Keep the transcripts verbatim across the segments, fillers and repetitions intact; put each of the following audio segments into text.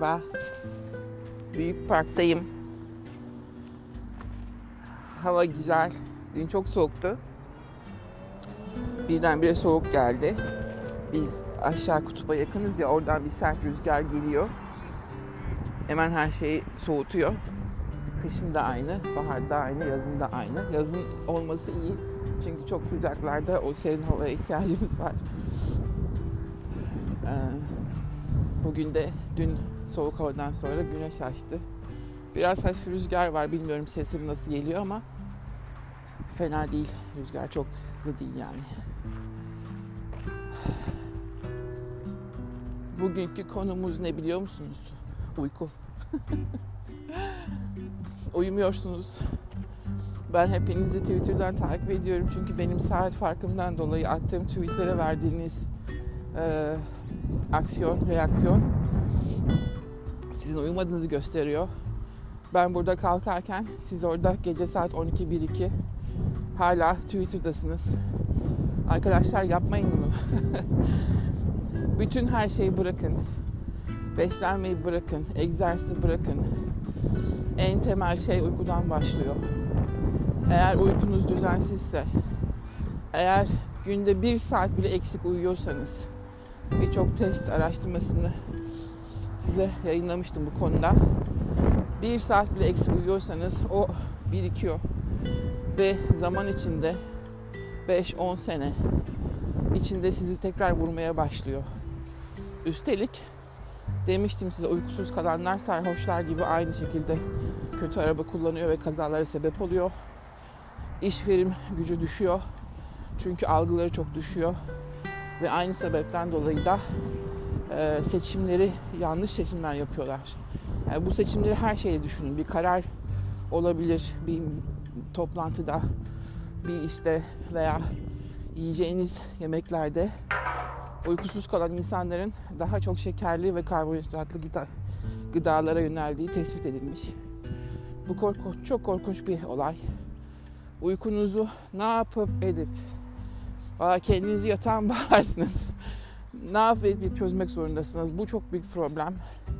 Merhaba. Büyük Park'tayım. Hava güzel. Dün çok soğuktu. Birdenbire soğuk geldi. Biz aşağı kutuba yakınız ya, oradan bir sert rüzgar geliyor. Hemen her şeyi soğutuyor. Kışın da aynı, baharda aynı, yazın da aynı. Yazın olması iyi. Çünkü çok sıcaklarda o serin havaya ihtiyacımız var. Bugün de dün soğuk havadan sonra güneş açtı. Biraz hafif rüzgar var. Bilmiyorum sesim nasıl geliyor ama fena değil. Rüzgar çok hızlı değil yani. Bugünkü konumuz ne biliyor musunuz? Uyku. Uyumuyorsunuz. Ben hepinizi Twitter'dan takip ediyorum. Çünkü benim saat farkımdan dolayı attığım tweetlere verdiğiniz e, aksiyon, reaksiyon sizin uyumadığınızı gösteriyor. Ben burada kalkarken siz orada gece saat on iki bir iki hala Twitter'dasınız. Arkadaşlar yapmayın bunu. Bütün her şeyi bırakın. Beslenmeyi bırakın. Egzersizi bırakın. En temel şey uykudan başlıyor. Eğer uykunuz düzensizse, eğer günde bir saat bile eksik uyuyorsanız, birçok test araştırmasını size yayınlamıştım bu konuda. Bir saat bile eksik uyuyorsanız o birikiyor. Ve zaman içinde beş on sene içinde sizi tekrar vurmaya başlıyor. Üstelik demiştim size, uykusuz kalanlar sarhoşlar gibi aynı şekilde kötü araba kullanıyor ve kazalara sebep oluyor. İş verim gücü düşüyor. Çünkü algıları çok düşüyor. Ve aynı sebepten dolayı da e, seçimleri, yanlış seçimler yapıyorlar. Yani bu seçimleri her şeyle düşünün. Bir karar olabilir, bir toplantıda, bir işte veya yiyeceğiniz yemeklerde uykusuz kalan insanların daha çok şekerli ve karbonhidratlı gıda, gıdalara yöneldiği tespit edilmiş. Bu korku, çok korkunç bir olay. Uykunuzu ne yapıp edip valla kendinizi yatağa bağlarsınız. Ne yapıp edip çözmek zorundasınız. Bu çok büyük problem.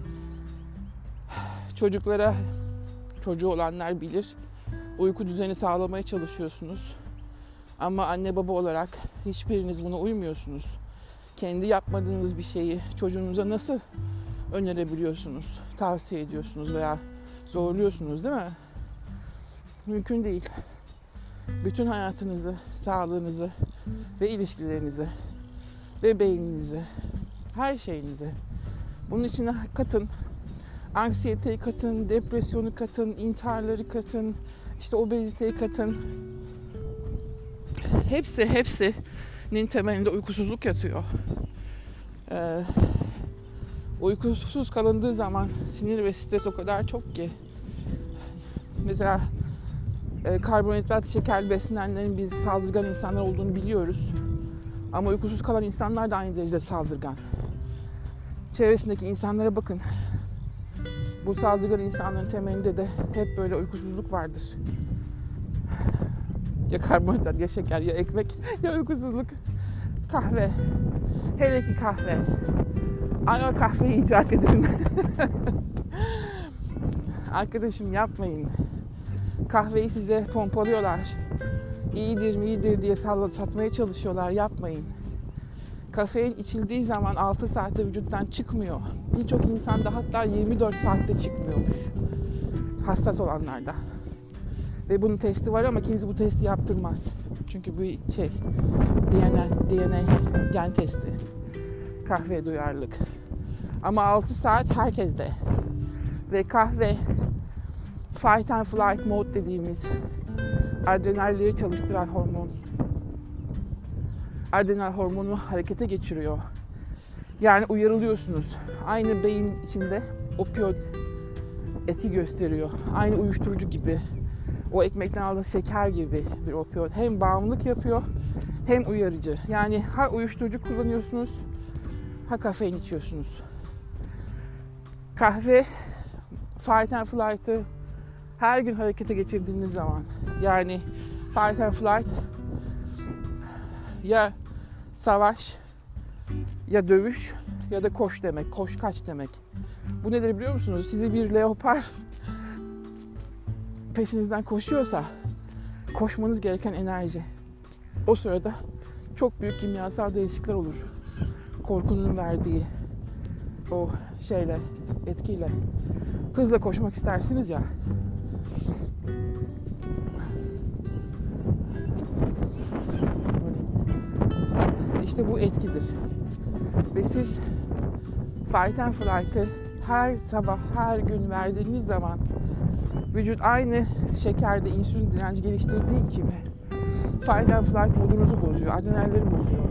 Çocuklara, çocuğu olanlar bilir. Uyku düzeni sağlamaya çalışıyorsunuz. Ama anne baba olarak hiçbiriniz buna uymuyorsunuz. Kendi yapmadığınız bir şeyi çocuğunuza nasıl önerebiliyorsunuz, tavsiye ediyorsunuz veya zorluyorsunuz, değil mi? Mümkün değil. Bütün hayatınızı, sağlığınızı ve ilişkilerinizi ve beyninizi, her şeyinizi bunun içine katın. Anksiyeteyi katın, depresyonu katın, intiharları katın, işte obeziteyi katın. Hepsi, hepsinin temelinde uykusuzluk yatıyor. Ee, uykusuz kalındığı zaman sinir ve stres o kadar çok ki. Mesela e, karbonhidrat, şekerli besinlerin biz saldırgan insanlar olduğunu biliyoruz. Ama uykusuz kalan insanlar da aynı derecede saldırgan. Çevresindeki insanlara bakın. Bu saldırgan insanların temelinde de hep böyle uykusuzluk vardır. Ya karbonhidrat, ya şeker, ya ekmek, ya uykusuzluk. Kahve. Hele ki kahve. Ay o kahveyi icat edin. Arkadaşım yapmayın. Kahveyi size pompalıyorlar. İyidir mi iyidir diye sallat satmaya çalışıyorlar. Yapmayın. Kafein içildiği zaman altı saatte vücuttan çıkmıyor. Birçok insanda hatta yirmi dört saatte çıkmıyormuş. Hassas olanlarda. Ve bunun testi var ama kimse bu testi yaptırmaz. Çünkü bu şey D N A, D N A gen testi. Kahveye duyarlılık. Ama altı saat herkeste. Ve kahve fight and flight mode dediğimiz adrenalleri çalıştıran hormon. Adrenal hormonu harekete geçiriyor. Yani uyarılıyorsunuz. Aynı beyin içinde opioid eti gösteriyor. Aynı uyuşturucu gibi. O ekmekten aldığınız şeker gibi bir opioid. Hem bağımlılık yapıyor hem uyarıcı. Yani ha uyuşturucu kullanıyorsunuz ha kafein içiyorsunuz. Kahve fight and flight'ı her gün harekete geçirdiğiniz zaman, yani fight and flight ya savaş ya dövüş ya da koş demek, koş kaç demek. Bu nedir biliyor musunuz? Sizi bir leopar peşinizden koşuyorsa koşmanız gereken enerji. O sırada çok büyük kimyasal değişiklikler olur. Korkunun verdiği o şeyle, etkiyle. Hızla koşmak istersiniz ya. İşte bu etkidir. Ve siz fight and flight'ı her sabah, her gün verdiğiniz zaman vücut aynı şekerde insülin direnci geliştirdiği gibi fight and flight modunuzu bozuyor, adrenalleri bozuyor.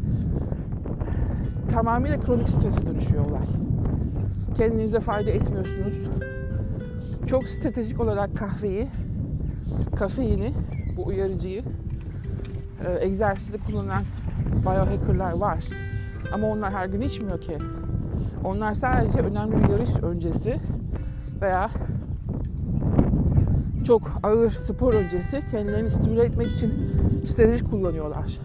Tamamıyla kronik strese dönüşüyor olay. Kendinize fayda etmiyorsunuz. Çok stratejik olarak kahveyi, kafeini, bu uyarıcıyı e, egzersizde kullanan biohackerlar var. Ama onlar her gün içmiyor ki. Onlar sadece önemli bir yarış öncesi veya çok ağır spor öncesi kendilerini stimüle etmek için strateji kullanıyorlar.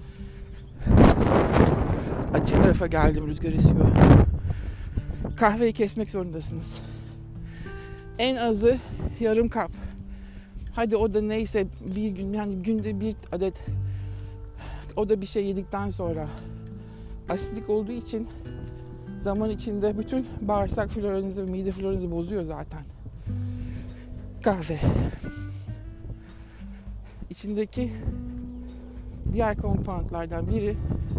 Açık tarafa geldim, rüzgar esiyor. Kahveyi kesmek zorundasınız. En azı yarım kap. Hadi o da neyse bir gün, yani günde bir adet, o da bir şey yedikten sonra. Asitlik olduğu için zaman içinde bütün bağırsak floranızı, mide floranızı bozuyor zaten. Kahve. İçindeki diğer komponentlerden biri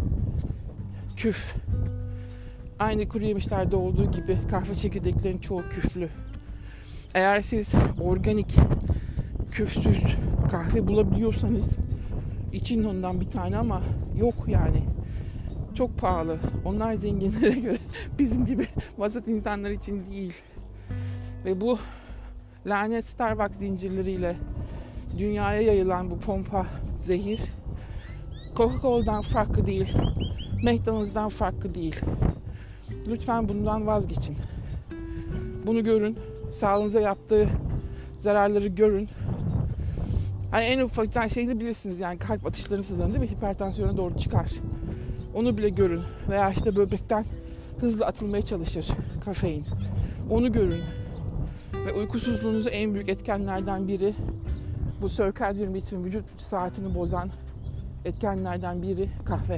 küf. Aynı kuru yemişlerde olduğu gibi kahve çekirdeklerinin çoğu küflü. Eğer siz organik, küfsüz kahve bulabiliyorsanız için ondan bir tane, ama yok yani. Çok pahalı. Onlar zenginlere göre, bizim gibi vasat insanlar için değil. Ve bu lanet Starbucks zincirleriyle dünyaya yayılan bu pompa zehir Coca-Cola'dan farklı değil. McDonald's'dan farklı değil. Lütfen bundan vazgeçin. Bunu görün. Sağlığınıza yaptığı zararları görün. Hani en ufak şeyini bilirsiniz, yani kalp atışlarınız hızlanır değil mi? Hipertansiyona doğru çıkar. Onu bile görün. Veya işte böbrekten hızlı atılmaya çalışır kafein. Onu görün. Ve uykusuzluğunuzu en büyük etkenlerden biri, bu circadian ritmi, vücut saatini bozan etkenlerden biri kahve.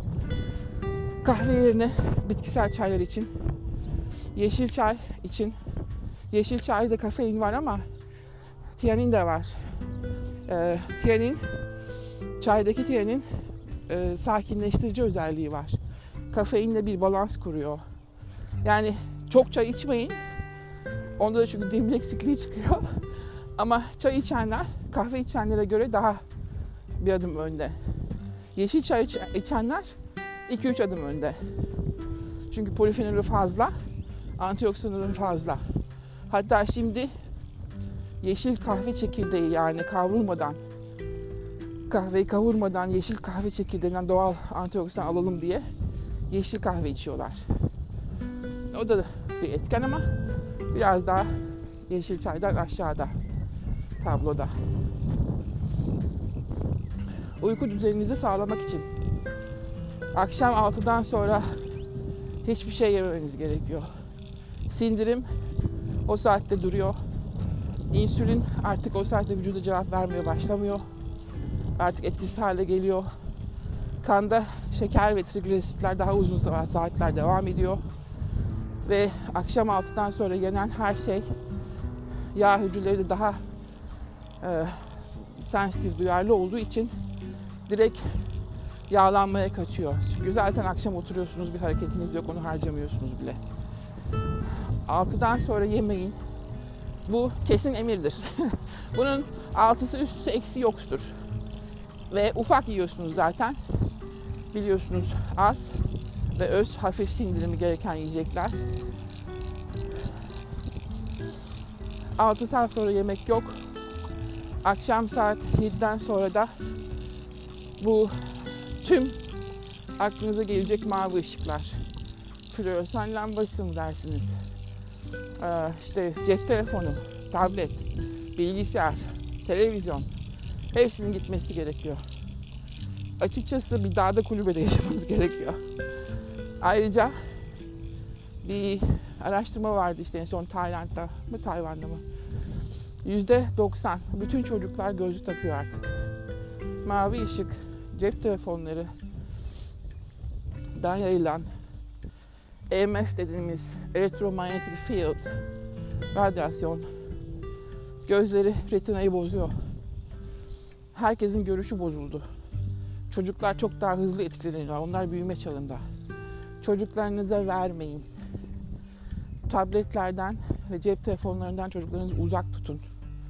Kahve yerine bitkisel çaylar için, yeşil çay için, yeşil çayda kafein var ama tianin de var. Ee, tianin, çaydaki tianin e, sakinleştirici özelliği var. Kafeinle bir balans kuruyor. Yani çok çay içmeyin. Onda da çünkü demir eksikliği çıkıyor. Ama çay içenler kahve içenlere göre daha bir adım önde. Yeşil çay içenler iki üç adım önde. Çünkü polifenolü fazla, antioksidanı fazla. Hatta şimdi yeşil kahve çekirdeği, yani kavrulmadan, kahveyi kavurmadan yeşil kahve çekirdeğinden doğal antioksidan alalım diye yeşil kahve içiyorlar. O da bir etken ama biraz daha yeşil çaydan aşağıda tabloda. Uyku düzeninizi sağlamak için akşam altıdan sonra hiçbir şey yememeniz gerekiyor. Sindirim o saatte duruyor. İnsülin artık o saatte vücuda cevap vermeye başlamıyor. Artık etkisiz hale geliyor. Kanda şeker ve trigliseritler daha uzun saatler devam ediyor. Ve akşam altıdan sonra yenen her şey, yağ hücreleri de daha e, sensitif, duyarlı olduğu için direkt yağlanmaya kaçıyor. Çünkü zaten akşam oturuyorsunuz, bir hareketiniz yok, onu harcamıyorsunuz bile. altıdan sonra yemeyin. Bu kesin emirdir. Bunun altısı üstüsü eksi yoktur. Ve ufak yiyorsunuz zaten. Biliyorsunuz az ve öz, hafif sindirimi gereken yiyecekler. altıdan sonra yemek yok. Akşam saat yediden sonra da bu tüm aklınıza gelecek mavi ışıklar. Floresan lambası mı dersiniz? Ee, işte cep telefonu, tablet, bilgisayar, televizyon, hepsinin gitmesi gerekiyor. Açıkçası bir dağda kulübede yaşamanız gerekiyor. Ayrıca bir araştırma vardı işte en son Tayland'da mı Tayvan'da mı? yüzde doksan bütün çocuklar gözlük takıyor artık. Mavi ışık, cep telefonları dan yayılan E M F dediğimiz elektromanyetik field, radyasyon gözleri, retinayı bozuyor. Herkesin görüşü bozuldu. Çocuklar çok daha hızlı etkileniyor. Onlar büyüme çağında. Çocuklarınıza vermeyin. Tabletlerden ve cep telefonlarından çocuklarınızı uzak tutun.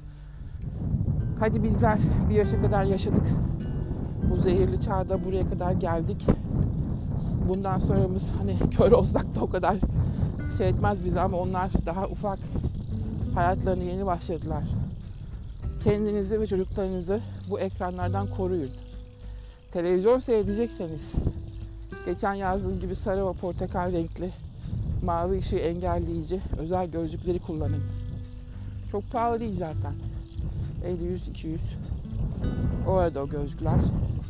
Hadi bizler bir yaşa kadar yaşadık. Bu zehirli çağda buraya kadar geldik. Bundan sonramız hani kör olsak da o kadar şey etmez bize ama onlar daha ufak, hayatlarını yeni başladılar. Kendinizi ve çocuklarınızı bu ekranlardan koruyun. Televizyon seyredecekseniz geçen yazdığım gibi sarı ve portakal renkli mavi ışığı engelleyici özel gözlükleri kullanın. Çok pahalı değil zaten. elli yüz iki yüz. O arada o gözlükler.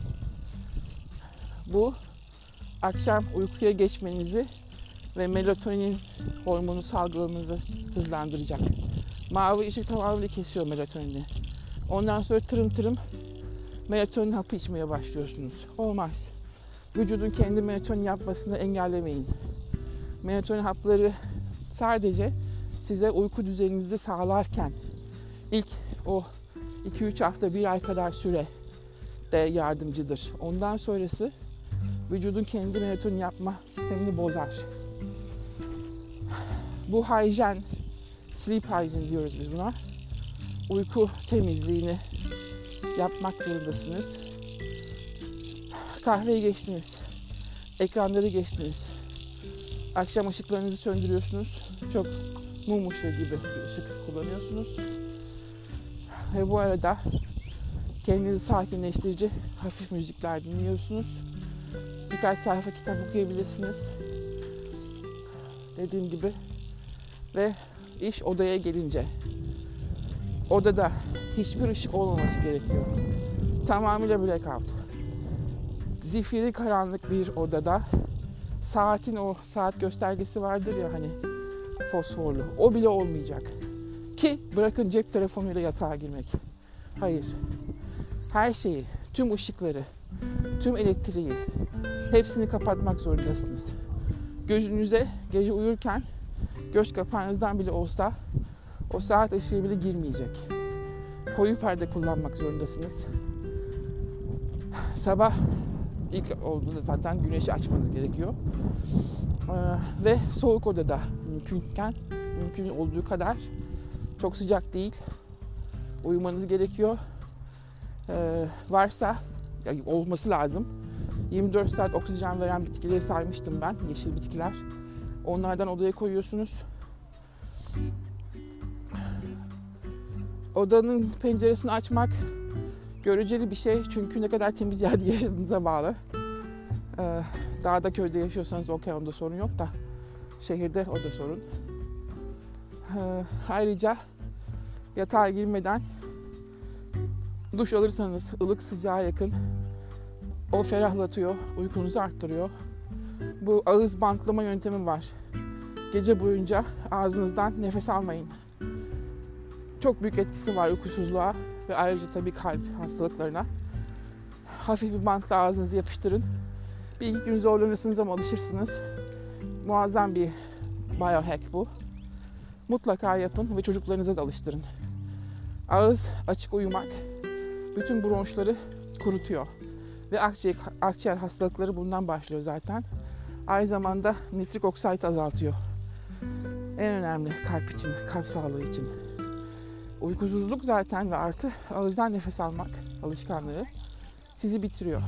Bu akşam uykuya geçmenizi ve melatonin hormonu salgılamanızı hızlandıracak. Mavi ışık tamamen kesiyor melatonini. Ondan sonra tırım tırım melatonin hapı içmeye başlıyorsunuz. Olmaz. Vücudun kendi melatonin yapmasını engellemeyin. Melatonin hapları sadece size uyku düzeninizi sağlarken ilk o iki üç hafta bir ay kadar süre de yardımcıdır. Ondan sonrası vücudun kendi melatonin yapma sistemini bozar. Bu hijyen, sleep hygiene diyoruz biz buna. Uyku temizliğini yapmak zorundasınız. Kahveyi geçtiniz. Ekranları geçtiniz. Akşam ışıklarınızı söndürüyorsunuz. Çok mum ışığı gibi bir ışık kullanıyorsunuz. Ve bu arada kendinizi sakinleştirici hafif müzikler dinliyorsunuz. Birkaç sayfa kitap okuyabilirsiniz. Dediğim gibi. Ve iş odaya gelince. Odada hiçbir ışık olmaması gerekiyor. Tamamıyla blackout. Zifiri karanlık bir odada saatin o saat göstergesi vardır ya hani fosforlu. O bile olmayacak. Ki bırakın cep telefonuyla yatağa girmek. Hayır. Her şeyi, tüm ışıkları, tüm elektriği hepsini kapatmak zorundasınız. Gözünüze gece uyurken göz kapağınızdan bile olsa o saat ışığı bile girmeyecek. Koyu perde kullanmak zorundasınız. Sabah ilk olduğunda zaten güneşi açmanız gerekiyor. Ee, ve soğuk odada mümkünken, mümkün olduğu kadar çok sıcak değil. Uyumanız gerekiyor. Ee, varsa, yani olması lazım. yirmi dört saat oksijen veren bitkileri saymıştım ben, yeşil bitkiler. Onlardan odaya koyuyorsunuz. Odanın penceresini açmak göreceli bir şey çünkü ne kadar temiz yerde yaşadığınıza bağlı. Ee, dağda köyde yaşıyorsanız okey, onda sorun yok da şehirde o da sorun. Ee, ayrıca yatağa girmeden duş alırsanız ılık sıcağa yakın, o ferahlatıyor, uykunuzu arttırıyor. Bu ağız bantlama yöntemi var. Gece boyunca ağzınızdan nefes almayın. Çok büyük etkisi var uykusuzluğa ve ayrıca tabii kalp hastalıklarına. Hafif bir bantla ağzınızı yapıştırın. Bir iki gün zorlanırsınız ama alışırsınız. Muazzam bir biohack bu. Mutlaka yapın ve çocuklarınıza da alıştırın. Ağız açık uyumak bütün bronşları kurutuyor. Ve akciğer, akciğer hastalıkları bundan başlıyor zaten. Aynı zamanda nitrik oksit azaltıyor. En önemli kalp için, kalp sağlığı için. Uykusuzluk zaten ve artı ağızdan nefes almak alışkanlığı sizi bitiriyor.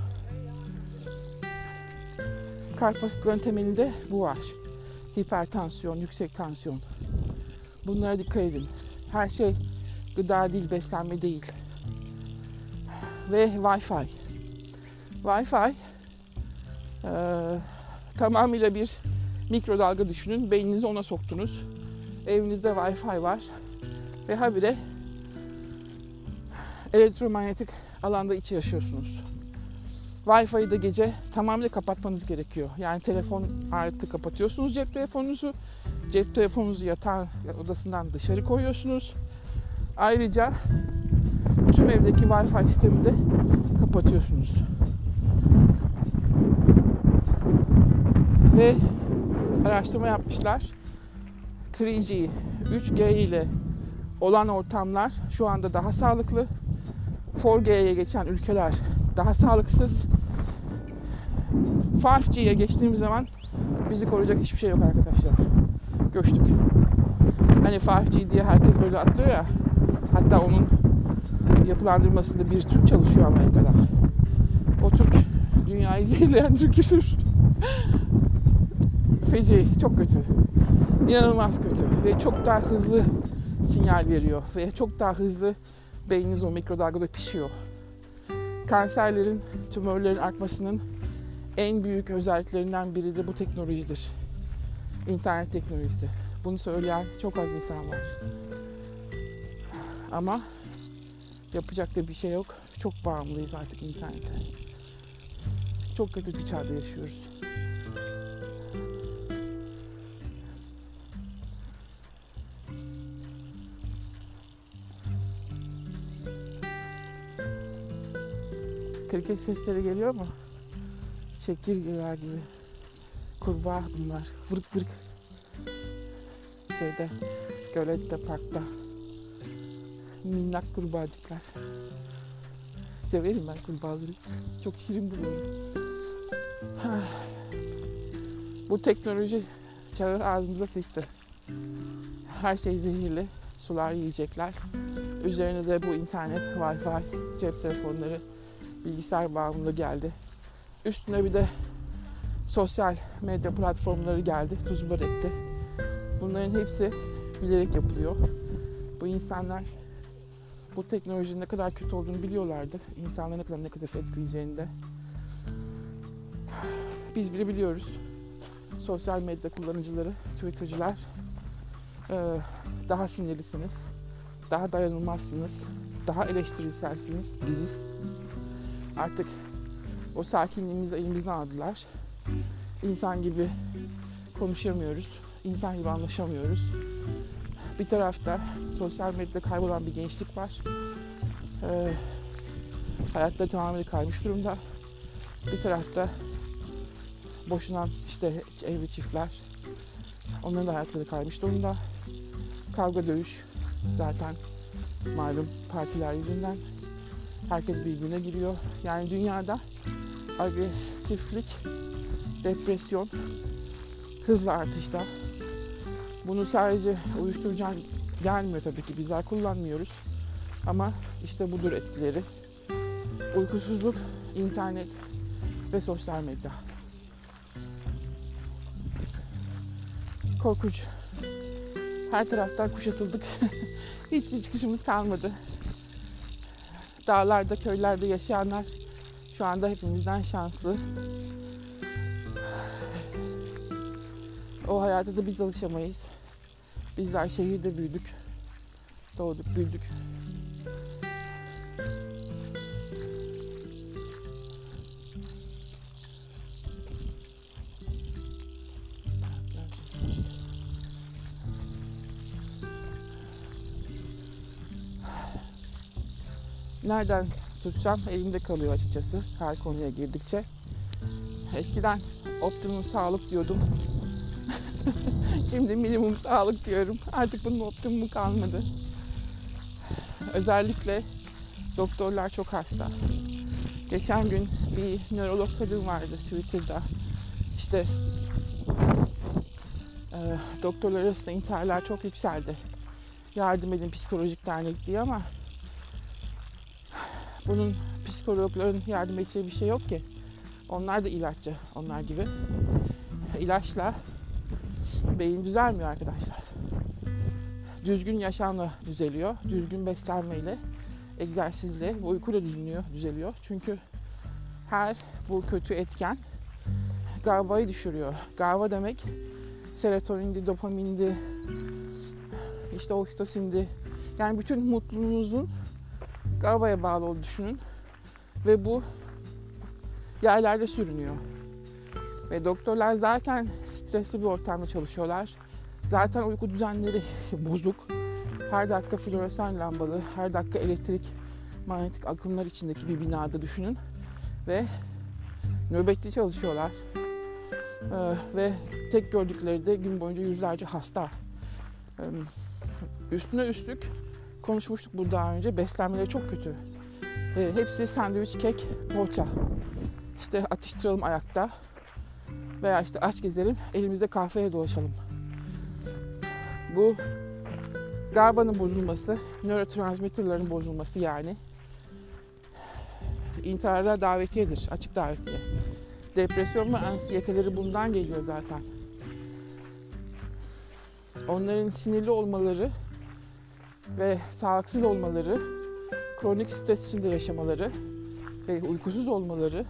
Kalp hastalıklarının temelinde bu var. Hipertansiyon, yüksek tansiyon. Bunlara dikkat edin. Her şey gıda değil, beslenme değil. Ve Wi-Fi. Wi-Fi e, tamamıyla bir mikrodalga düşünün. Beyninizi ona soktunuz. Evinizde Wi-Fi var. Ve habire elektromanyetik alanda içi yaşıyorsunuz. Wi-Fi'yi de gece tamamıyla kapatmanız gerekiyor. Yani telefon aleti kapatıyorsunuz, cep telefonunuzu. Cep telefonunuzu yatağın odasından dışarı koyuyorsunuz. Ayrıca tüm evdeki Wi-Fi sistemini de kapatıyorsunuz. Ve araştırma yapmışlar. üç G, üç G ile olan ortamlar şu anda daha sağlıklı. dört G'ye geçen ülkeler daha sağlıksız. beş G'ye geçtiğimiz zaman bizi koruyacak hiçbir şey yok arkadaşlar. Göçtük. Hani beş G diye herkes böyle atlıyor ya. Hatta onun yapılandırmasında bir Türk çalışıyor Amerika'da. O Türk dünyayı zehirleyen Türk'üdür. Feci, çok kötü. İnanılmaz kötü. Ve çok daha hızlı sinyal veriyor. Ve çok daha hızlı beyniniz o mikrodalgada pişiyor. Kanserlerin, tümörlerin artmasının en büyük özelliklerinden biri de bu teknolojidir. İnternet teknolojisi. Bunu söyleyen çok az insan var. Ama yapacak da bir şey yok. Çok bağımlıyız artık internete. Çok kötü bir çağda yaşıyoruz. Kriket sesleri geliyor mu? Çekirgeler gibi. Kurbağa bunlar. Vırk vırk. Şeyde, gölette, parkta. Minnak kurbağacıklar. Severim ben kurbağaları. Çok şirin buluyorum. Bu teknoloji çağı ağzımıza sıçtı. Her şey zehirli. Sular, yiyecekler. Üzerine de bu internet, Wi-Fi, cep telefonları, bilgisayar bağımlılığı geldi. Üstüne bir de sosyal medya platformları geldi. Tuz börekti. Bunların hepsi bilerek yapılıyor. Bu insanlar bu teknolojinin ne kadar kötü olduğunu biliyorlardı. İnsanları ne kadar negatif etkileyeceğini de. Biz bile biliyoruz. Sosyal medya kullanıcıları, Twitter'cılar daha sinirlisiniz. Daha dayanılmazsınız. Daha eleştiriselsiniz. Biziz. Artık o sakinliğimizi elimizden aldılar. İnsan gibi konuşamıyoruz. İnsan gibi anlaşamıyoruz. Bir tarafta sosyal medyada kaybolan bir gençlik var. Ee, hayatları tamamen kaymış durumda. Bir tarafta boşanan işte evli çiftler. Onların da hayatları kaymış durumda. Kavga dövüş zaten malum partiler yüzünden. Herkes birbirine giriyor. Yani dünyada agresiflik, depresyon hızla artışta. Bunu sadece uyuşturucudan gelmiyor tabii ki. Bizler kullanmıyoruz. Ama işte budur etkileri. Uykusuzluk, internet ve sosyal medya. Korkunç. Her taraftan kuşatıldık. Hiçbir çıkışımız kalmadı. Dağlarda, köylerde yaşayanlar şu anda hepimizden şanslı. O hayata da biz alışamayız. Bizler şehirde büyüdük. Doğduk, büyüdük. Nereden tutsam elimde kalıyor açıkçası her konuya girdikçe. Eskiden optimum sağlık diyordum. Şimdi minimum sağlık diyorum. Artık bunun optimumu kalmadı. Özellikle doktorlar çok hasta. Geçen gün bir nörolog kadın vardı Twitter'da. İşte e, doktorlar arasında intiharlar çok yükseldi. Yardım edin psikolojik dernek diye ama bunun psikologların yardım edeceği bir şey yok ki. Onlar da ilaççı, onlar gibi. İlaçla beyin düzelmiyor arkadaşlar. Düzgün yaşamla düzeliyor. Düzgün beslenmeyle, egzersizle ve uykuyla düzeliyor, düzeliyor. Çünkü her bu kötü etken GABA'yı düşürüyor. GABA demek serotonindi, dopamindi, işte oksitosindi. Yani bütün mutluluğunuzun GABA'ya bağlı olduğunu düşünün. Ve bu yerlerde sürünüyor. Ve doktorlar zaten stresli bir ortamda çalışıyorlar. Zaten uyku düzenleri bozuk. Her dakika floresan lambalı, her dakika elektrik, manyetik akımlar içindeki bir binada düşünün. Ve nöbetli çalışıyorlar. Ee, ve tek gördükleri de gün boyunca yüzlerce hasta. Ee, üstüne üstlük konuşmuştuk bu daha önce, beslenmeleri çok kötü. Ee, hepsi sandviç, kek, poğaça. İşte atıştıralım ayakta veya işte aç gezelim, elimizde kahveye dolaşalım. Bu GABA'nın bozulması, nörotransmitterlerin bozulması yani. İntihara davetiyedir, açık davetiye. Depresyon ve anksiyeteleri bundan geliyor zaten. Onların sinirli olmaları ve sağlıksız olmaları, kronik stres içinde yaşamaları ve uykusuz olmaları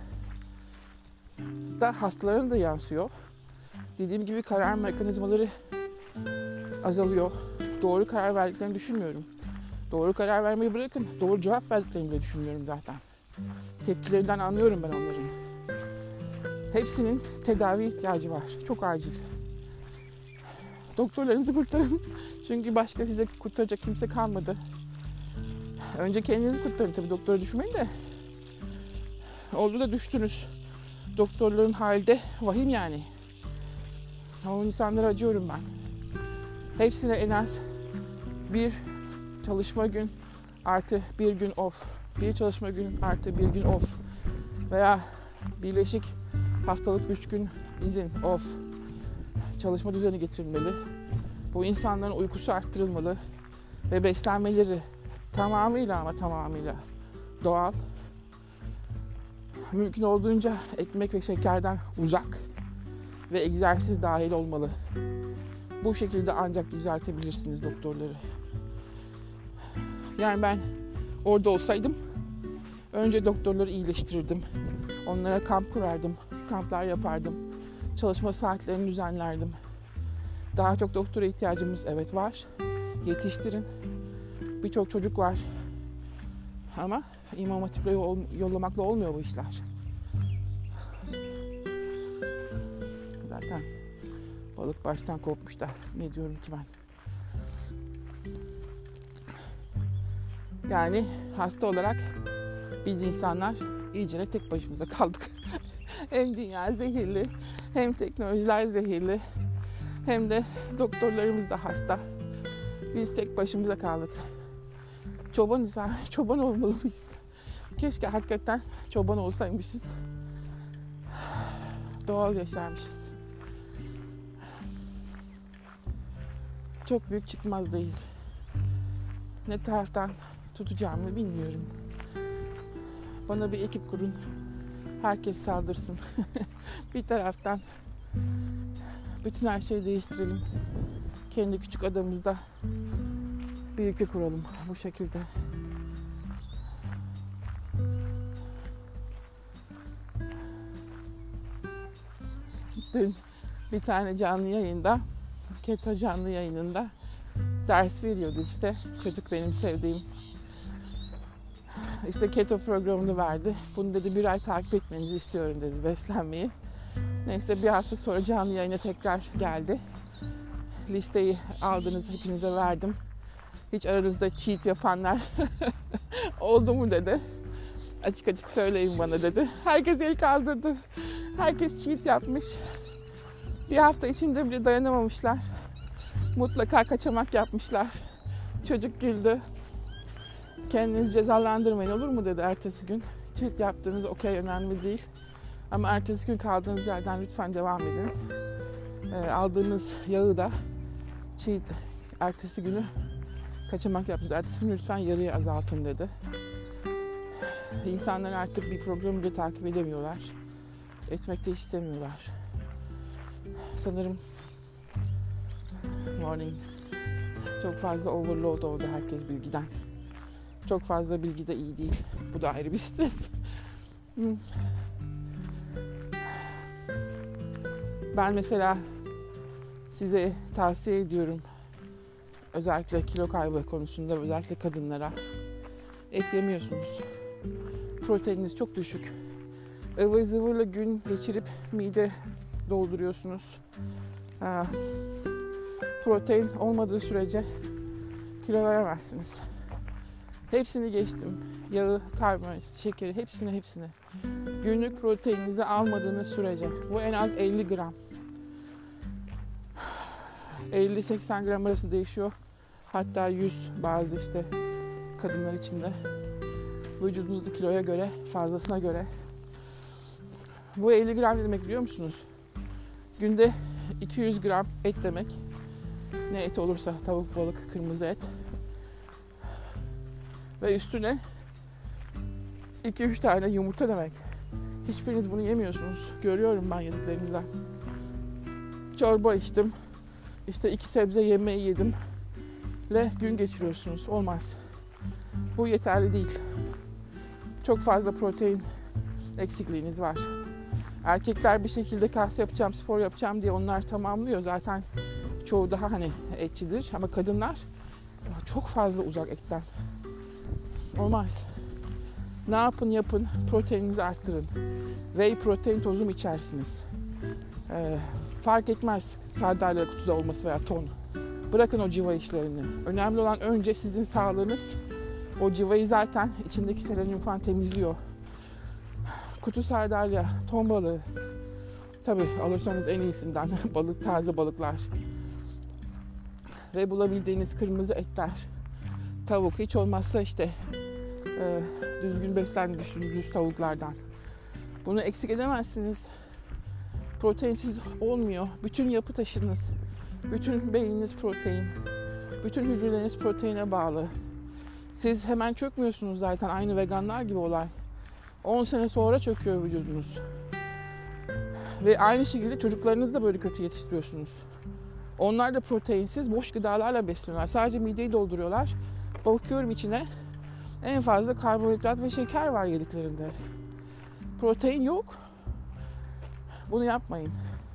da hastaların da yansıyor. Dediğim gibi karar mekanizmaları azalıyor. Doğru karar verdiklerini düşünmüyorum. Doğru karar vermeyi bırakın, doğru cevap verdiklerini bile düşünmüyorum zaten. Tepkilerinden anlıyorum ben onların. Hepsinin tedavi ihtiyacı var. Çok acil. Doktorlarınızı kurtarın. Çünkü başka size kurtaracak kimse kalmadı. Önce kendinizi kurtarın tabii, doktora düşmeyin de. Oldu da düştünüz. Doktorların hali de vahim yani. O insanlara acıyorum ben. Hepsine en az bir çalışma gün artı bir gün off. Bir çalışma gün artı bir gün off. Veya birleşik haftalık üç gün izin off. Çalışma düzeni getirilmeli. Bu insanların uykusu arttırılmalı. Ve beslenmeleri tamamıyla ama tamamıyla doğal. Mümkün olduğunca ekmek ve şekerden uzak ve egzersiz dahil olmalı. Bu şekilde ancak düzeltebilirsiniz doktorları. Yani ben orada olsaydım önce doktorları iyileştirirdim. Onlara kamp kurardım, kamplar yapardım. Çalışma saatlerini düzenlerdim. Daha çok doktora ihtiyacımız evet var. Yetiştirin. Birçok çocuk var. Ama İmam Hatip'le yollamakla olmuyor bu işler. Zaten balık baştan kopmuş da ne diyorum ki ben. Yani hasta olarak biz insanlar iyicene tek başımıza kaldık. Hem dünya zehirli, hem teknolojiler zehirli, hem de doktorlarımız da hasta. Biz tek başımıza kaldık. Çobanız ha, çoban olmalıyız. Keşke hakikaten çoban olsaymışız. Doğal yaşarmışız. Çok büyük çıkmazdayız. Ne taraftan tutacağımı bilmiyorum. Bana bir ekip kurun. Herkes saldırsın. Bir taraftan bütün her şeyi değiştirelim. Kendi küçük adamızda bir ülke kuralım bu şekilde. Dün bir tane canlı yayında, Keto canlı yayınında ders veriyordu işte. Çocuk benim sevdiğim. İşte keto programını verdi. Bunu dedi bir ay takip etmenizi istiyorum dedi, beslenmeyi. Neyse bir hafta sonra canlı yayına tekrar geldi. Listeyi aldınız, hepinize verdim. Hiç aranızda cheat yapanlar oldu mu dedi. Açık açık söyleyin bana dedi. Herkes el kaldırdı. Herkes cheat yapmış. Bir hafta içinde bile dayanamamışlar. Mutlaka kaçamak yapmışlar. Çocuk güldü. Kendinizi cezalandırmayın olur mu dedi ertesi gün. Cheat yaptığınız okey, önemli değil. Ama ertesi gün kaldığınız yerden lütfen devam edin. E, aldığınız yağı da cheat ertesi günü kaçamak yaptınız. Ertesi gün lütfen yarıya azaltın dedi. İnsanlar artık bir programı bile takip edemiyorlar. Etmek de istemiyorlar. Sanırım morning çok fazla overload oldu herkes bilgiden. Çok fazla bilgi de iyi değil. Bu da ayrı bir stres. Ben mesela size tavsiye ediyorum. Özellikle kilo kaybı konusunda, özellikle kadınlara. Et yemiyorsunuz. Proteininiz çok düşük. Ivır zıvırla gün geçirip mide dolduruyorsunuz. protein olmadığı sürece kilo veremezsiniz. Hepsini geçtim. Yağı, karbonhidrat, şekeri, hepsini hepsini. Günlük proteininizi almadığınız sürece, bu en az elli gram. elli seksen gram arası değişiyor. Hatta yüz bazı işte kadınlar için de. Vücudunuzdaki kiloya göre, fazlasına göre. Bu elli gram ne demek biliyor musunuz? Günde iki yüz gram et demek. Ne et olursa, tavuk, balık, kırmızı et. Ve üstüne iki üç tane yumurta demek. Hiçbiriniz bunu yemiyorsunuz. Görüyorum ben yediklerinizden. Çorba içtim. İşte iki sebze yemeği yedim. Le gün geçiriyorsunuz. Olmaz. Bu yeterli değil. Çok fazla protein eksikliğiniz var. Erkekler bir şekilde kas yapacağım, spor yapacağım diye onlar tamamlıyor. Zaten çoğu daha hani etçidir. Ama kadınlar çok fazla uzak etten. Olmaz. Ne yapın yapın, proteininizi arttırın. Whey protein tozu mu içersiniz? Ee, fark etmez sardalya kutuda olması veya ton. Bırakın o civa işlerini. Önemli olan önce sizin sağlığınız. O civayı zaten içindeki selenyum falan temizliyor. Kutu sardalya, ton balığı. Tabii alırsanız en iyisinden balık, taze balıklar. Ve bulabildiğiniz kırmızı etler. Tavuk, hiç olmazsa işte e, düzgün beslendiğini düşündüğünüz tavuklardan. Bunu eksik edemezsiniz. Proteinsiz olmuyor. Bütün yapı taşınız, bütün beyniniz protein, bütün hücreleriniz proteine bağlı. Siz hemen çökmüyorsunuz zaten, aynı veganlar gibi olay. on sene sonra çöküyor vücudunuz. Ve aynı şekilde çocuklarınızı da böyle kötü yetiştiriyorsunuz. Onlar da proteinsiz, boş gıdalarla besleniyorlar. Sadece mideyi dolduruyorlar. Bakıyorum içine en fazla karbonhidrat ve şeker var yediklerinde. Protein yok. Bunu yapmayın.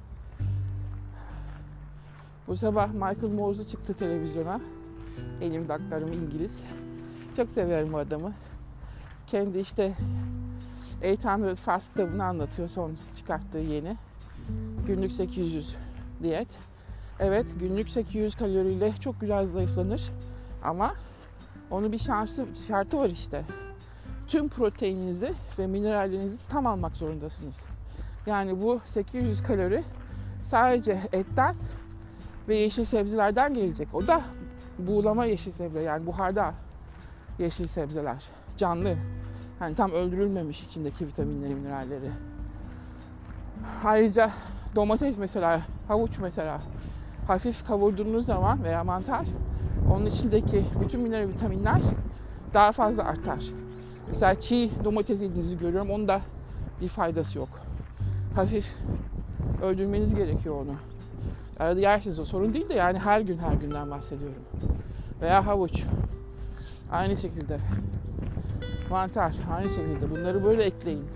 Bu sabah Michael Mosley çıktı televizyona. Elim daktarım İngiliz. Çok severim bu adamı. Kendi işte sekiz yüz Fast kitabını anlatıyor, son çıkarttığı yeni. Günlük sekiz yüz diyet. Evet, günlük sekiz yüz kaloriyle çok güzel zayıflanır. Ama onun bir şartı, şartı var işte. Tüm proteininizi ve minerallerinizi tam almak zorundasınız. Yani bu sekiz yüz kalori sadece etten ve yeşil sebzelerden gelecek. O da buğulama yeşil sebze, yani buharda yeşil sebzeler. Canlı. Yani tam öldürülmemiş içindeki vitaminleri, mineralleri. Ayrıca domates mesela, havuç mesela hafif kavurduğunuz zaman veya mantar, onun içindeki bütün mineral, vitaminler daha fazla artar. Mesela çiğ domates yediğinizi görüyorum. Onun da bir faydası yok. Hafif öldürmeniz gerekiyor onu. Arada yersiniz, o sorun değil de yani her gün her günden bahsediyorum. Veya havuç. Aynı şekilde. Mantar. Aynı şekilde. Bunları böyle ekleyin.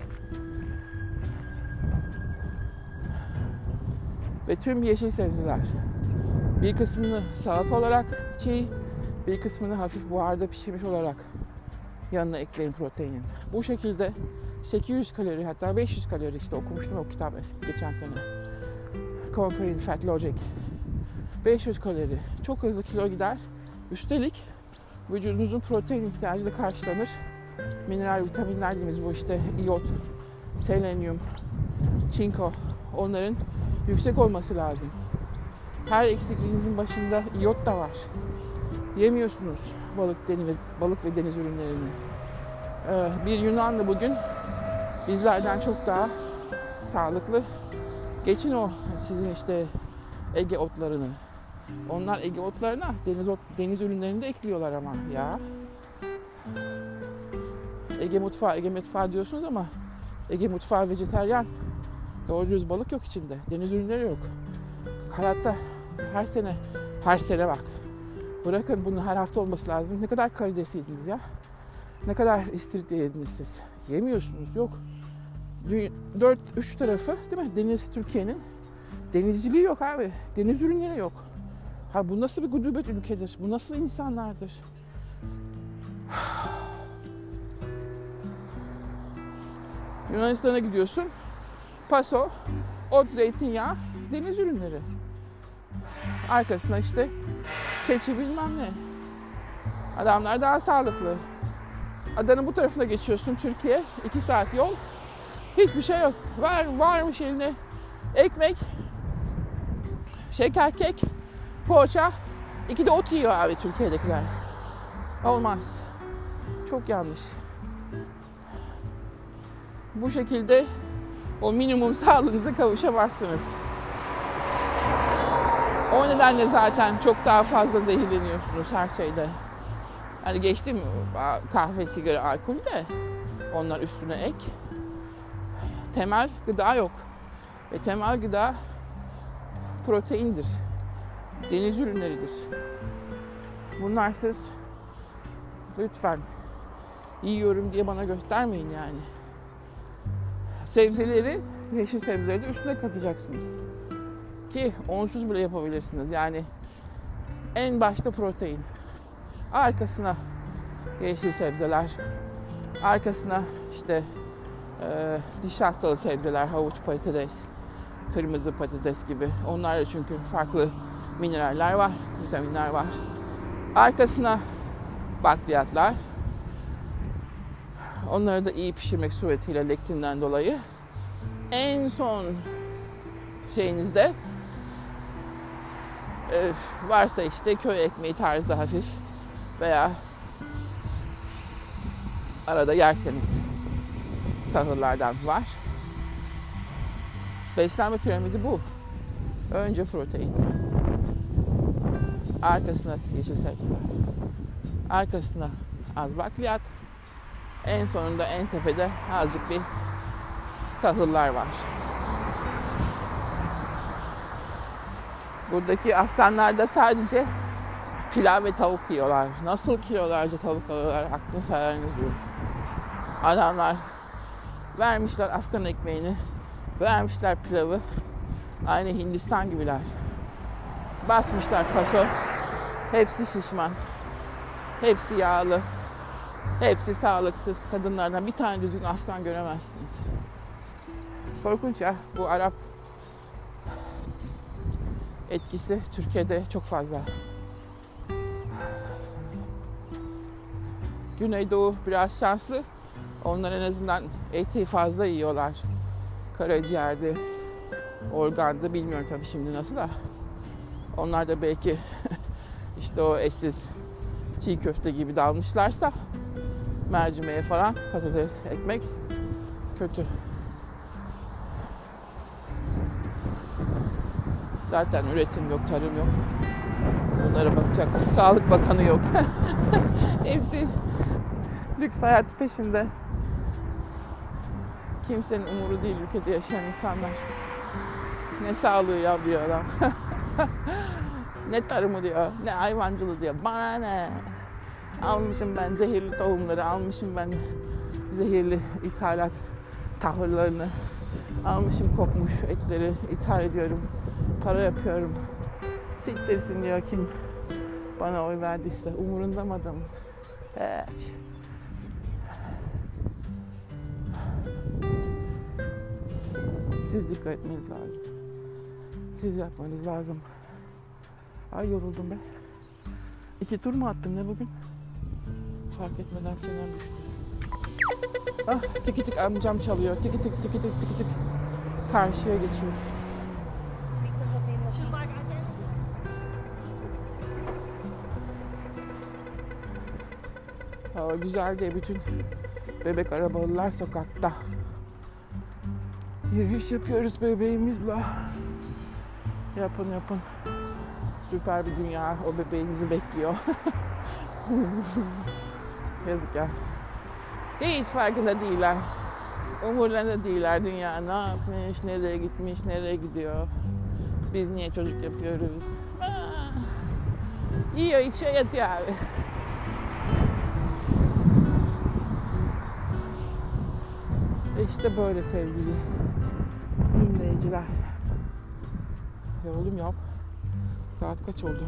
Ve tüm yeşil sebzeler. Bir kısmını salata olarak çiğ, bir kısmını hafif buharda pişirmiş olarak yanına ekleyin proteinin. Bu şekilde sekiz yüz kalori, hatta beş yüz kalori, işte okumuştum o kitabı geçen sene. Conquering Fat Logic. beş yüz kalori. Çok hızlı kilo gider. Üstelik vücudunuzun protein ihtiyacı da karşılanır. Mineral, vitaminler dediğimiz bu işte iyot, selenyum, çinko, onların yüksek olması lazım. Her eksikliğinizin başında iyot da var. Yemiyorsunuz balık, deniz, balık ve deniz ürünlerini. Ee, bir Yunanlı bugün bizlerden çok daha sağlıklı. Geçin o sizin işte Ege otlarını. Onlar Ege otlarına deniz ot, deniz ürünlerini de ekliyorlar ama ya. Ege mutfağı, Ege mutfağı diyorsunuz ama Ege mutfağı vejeteryan. Doğru düz balık yok içinde. Deniz ürünleri yok. Hayatta her sene, her sene bak. Bırakın bunu her hafta olması lazım. Ne kadar karides yediniz ya? Ne kadar istiridye yediniz siz? Yemiyorsunuz, yok. Dört, üç tarafı değil mi? Deniz, Türkiye'nin denizciliği yok abi. Deniz ürünleri yok. Ha, bu nasıl bir gudubet ülkedir? Bu nasıl insanlardır? Yunanistan'a gidiyorsun. Paso, ot, zeytinyağı, deniz ürünleri. Arkasına işte keçi bilmem ne. Adamlar daha sağlıklı. Adanın bu tarafına geçiyorsun Türkiye. iki saat yol. Hiçbir şey yok. Var, varmış eline ekmek, şeker kek, poğaça. İki de ot yiyor abi Türkiye'dekiler. Olmaz. Çok yanlış. Bu şekilde o minimum sağlığınıza kavuşamazsınız. O nedenle zaten çok daha fazla zehirleniyorsunuz her şeyde. Hani geçtim kahve, sigara, alkol de onlar üstüne ek. Temel gıda yok. Ve temel gıda proteindir. Deniz ürünleridir. Bunlarsız lütfen yiyorum diye bana göstermeyin yani. Sebzeleri, yeşil sebzeleri de üstüne katacaksınız. Ki onsuz bile yapabilirsiniz. Yani en başta protein. Arkasına yeşil sebzeler. Arkasına işte e, nişastalı sebzeler, havuç, patates, kırmızı patates gibi. Onlarda çünkü farklı mineraller var, vitaminler var. Arkasına bakliyatlar. Onları da iyi pişirmek suretiyle lektinden dolayı. En son şeyinizde e, varsa işte köy ekmeği tarzı hafif veya arada yerseniz tahıllardan var. Beslenme piramidi bu. Önce protein. Arkasına yeşil sebzeler. Arkasına az bakliyat. En sonunda en tepede azıcık bir tahıllar var. Buradaki Afganlar da sadece pilav ve tavuk yiyorlar. Nasıl kilolarca tavuk alıyorlar aklınız hayaliniz durur. Adamlar vermişler Afgan ekmeğini, vermişler pilavı. Aynı Hindistan gibiler. Basmışlar paso. Hepsi şişman. Hepsi yağlı. Hepsi sağlıksız. Kadınlardan bir tane düzgün Afgan göremezsiniz. Korkunç ya. Bu Arap etkisi Türkiye'de çok fazla. Güneydoğu biraz şanslı. Onlar en azından eti fazla yiyorlar. Karaciğerdi, organdı, bilmiyorum tabii şimdi nasıl da. Onlar da belki işte o eşsiz çiğ köfte gibi dalmışlarsa mercimeğe falan patates, ekmek kötü. Zaten üretim yok, tarım yok. Bunlara bakacak Sağlık Bakanı yok. Hepsi lüks hayat peşinde. Kimsenin umuru değil ülkede yaşayan insanlar. Ne sağlığı ya diyor adam. Ne tarımı diyor, ne hayvancılığı diyor. Bana ne? Almışım ben zehirli tohumları, almışım ben zehirli ithalat tahıllarını. Almışım kokmuş etleri, ithal ediyorum. Para yapıyorum. Siktirsin diyor kim bana oy verdiyse. Umurunda mı adamın? Hiç. Siz dikkat etmeniz lazım. Siz yapmanız lazım. Ay yoruldum be. İki tur mu attım ne bugün? Fark etmeden çenem düştü. Ah tiki tik amcam çalıyor. Tiki tik tiki tik tiki tik. Karşıya geçiyor. Hava güzel diye bütün bebek arabalılar sokakta. Yürüyüş yapıyoruz bebeğimizle. Yapın yapın. Süper bir dünya o bebeğinizi bekliyor. Yazık ya. Hiç farkında değiller. Umurlarında değiller dünya ne yapmış, nereye gitmiş, nereye gidiyor. Biz niye çocuk yapıyoruz? Aa, yiyor, içiyor, yatıyor abi. İşte böyle sevgili dinleyiciler. Ya oğlum ya. Saat kaç oldu?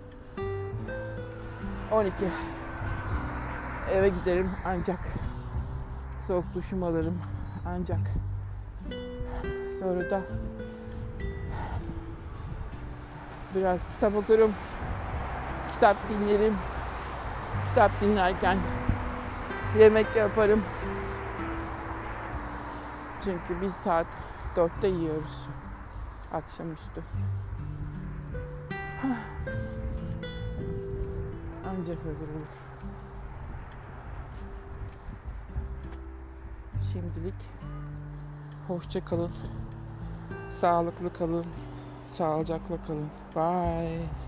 on iki. Eve giderim ancak. Soğuk duşumu alırım ancak. Sonra da Biraz kitap okurum. Kitap dinlerim. Kitap dinlerken yemek yaparım. Çünkü biz saat dörtte yiyoruz. Akşamüstü. Ancak hazır olur. Şimdilik hoşça kalın. Sağlıklı kalın. Sağlıcakla kalın. Bye.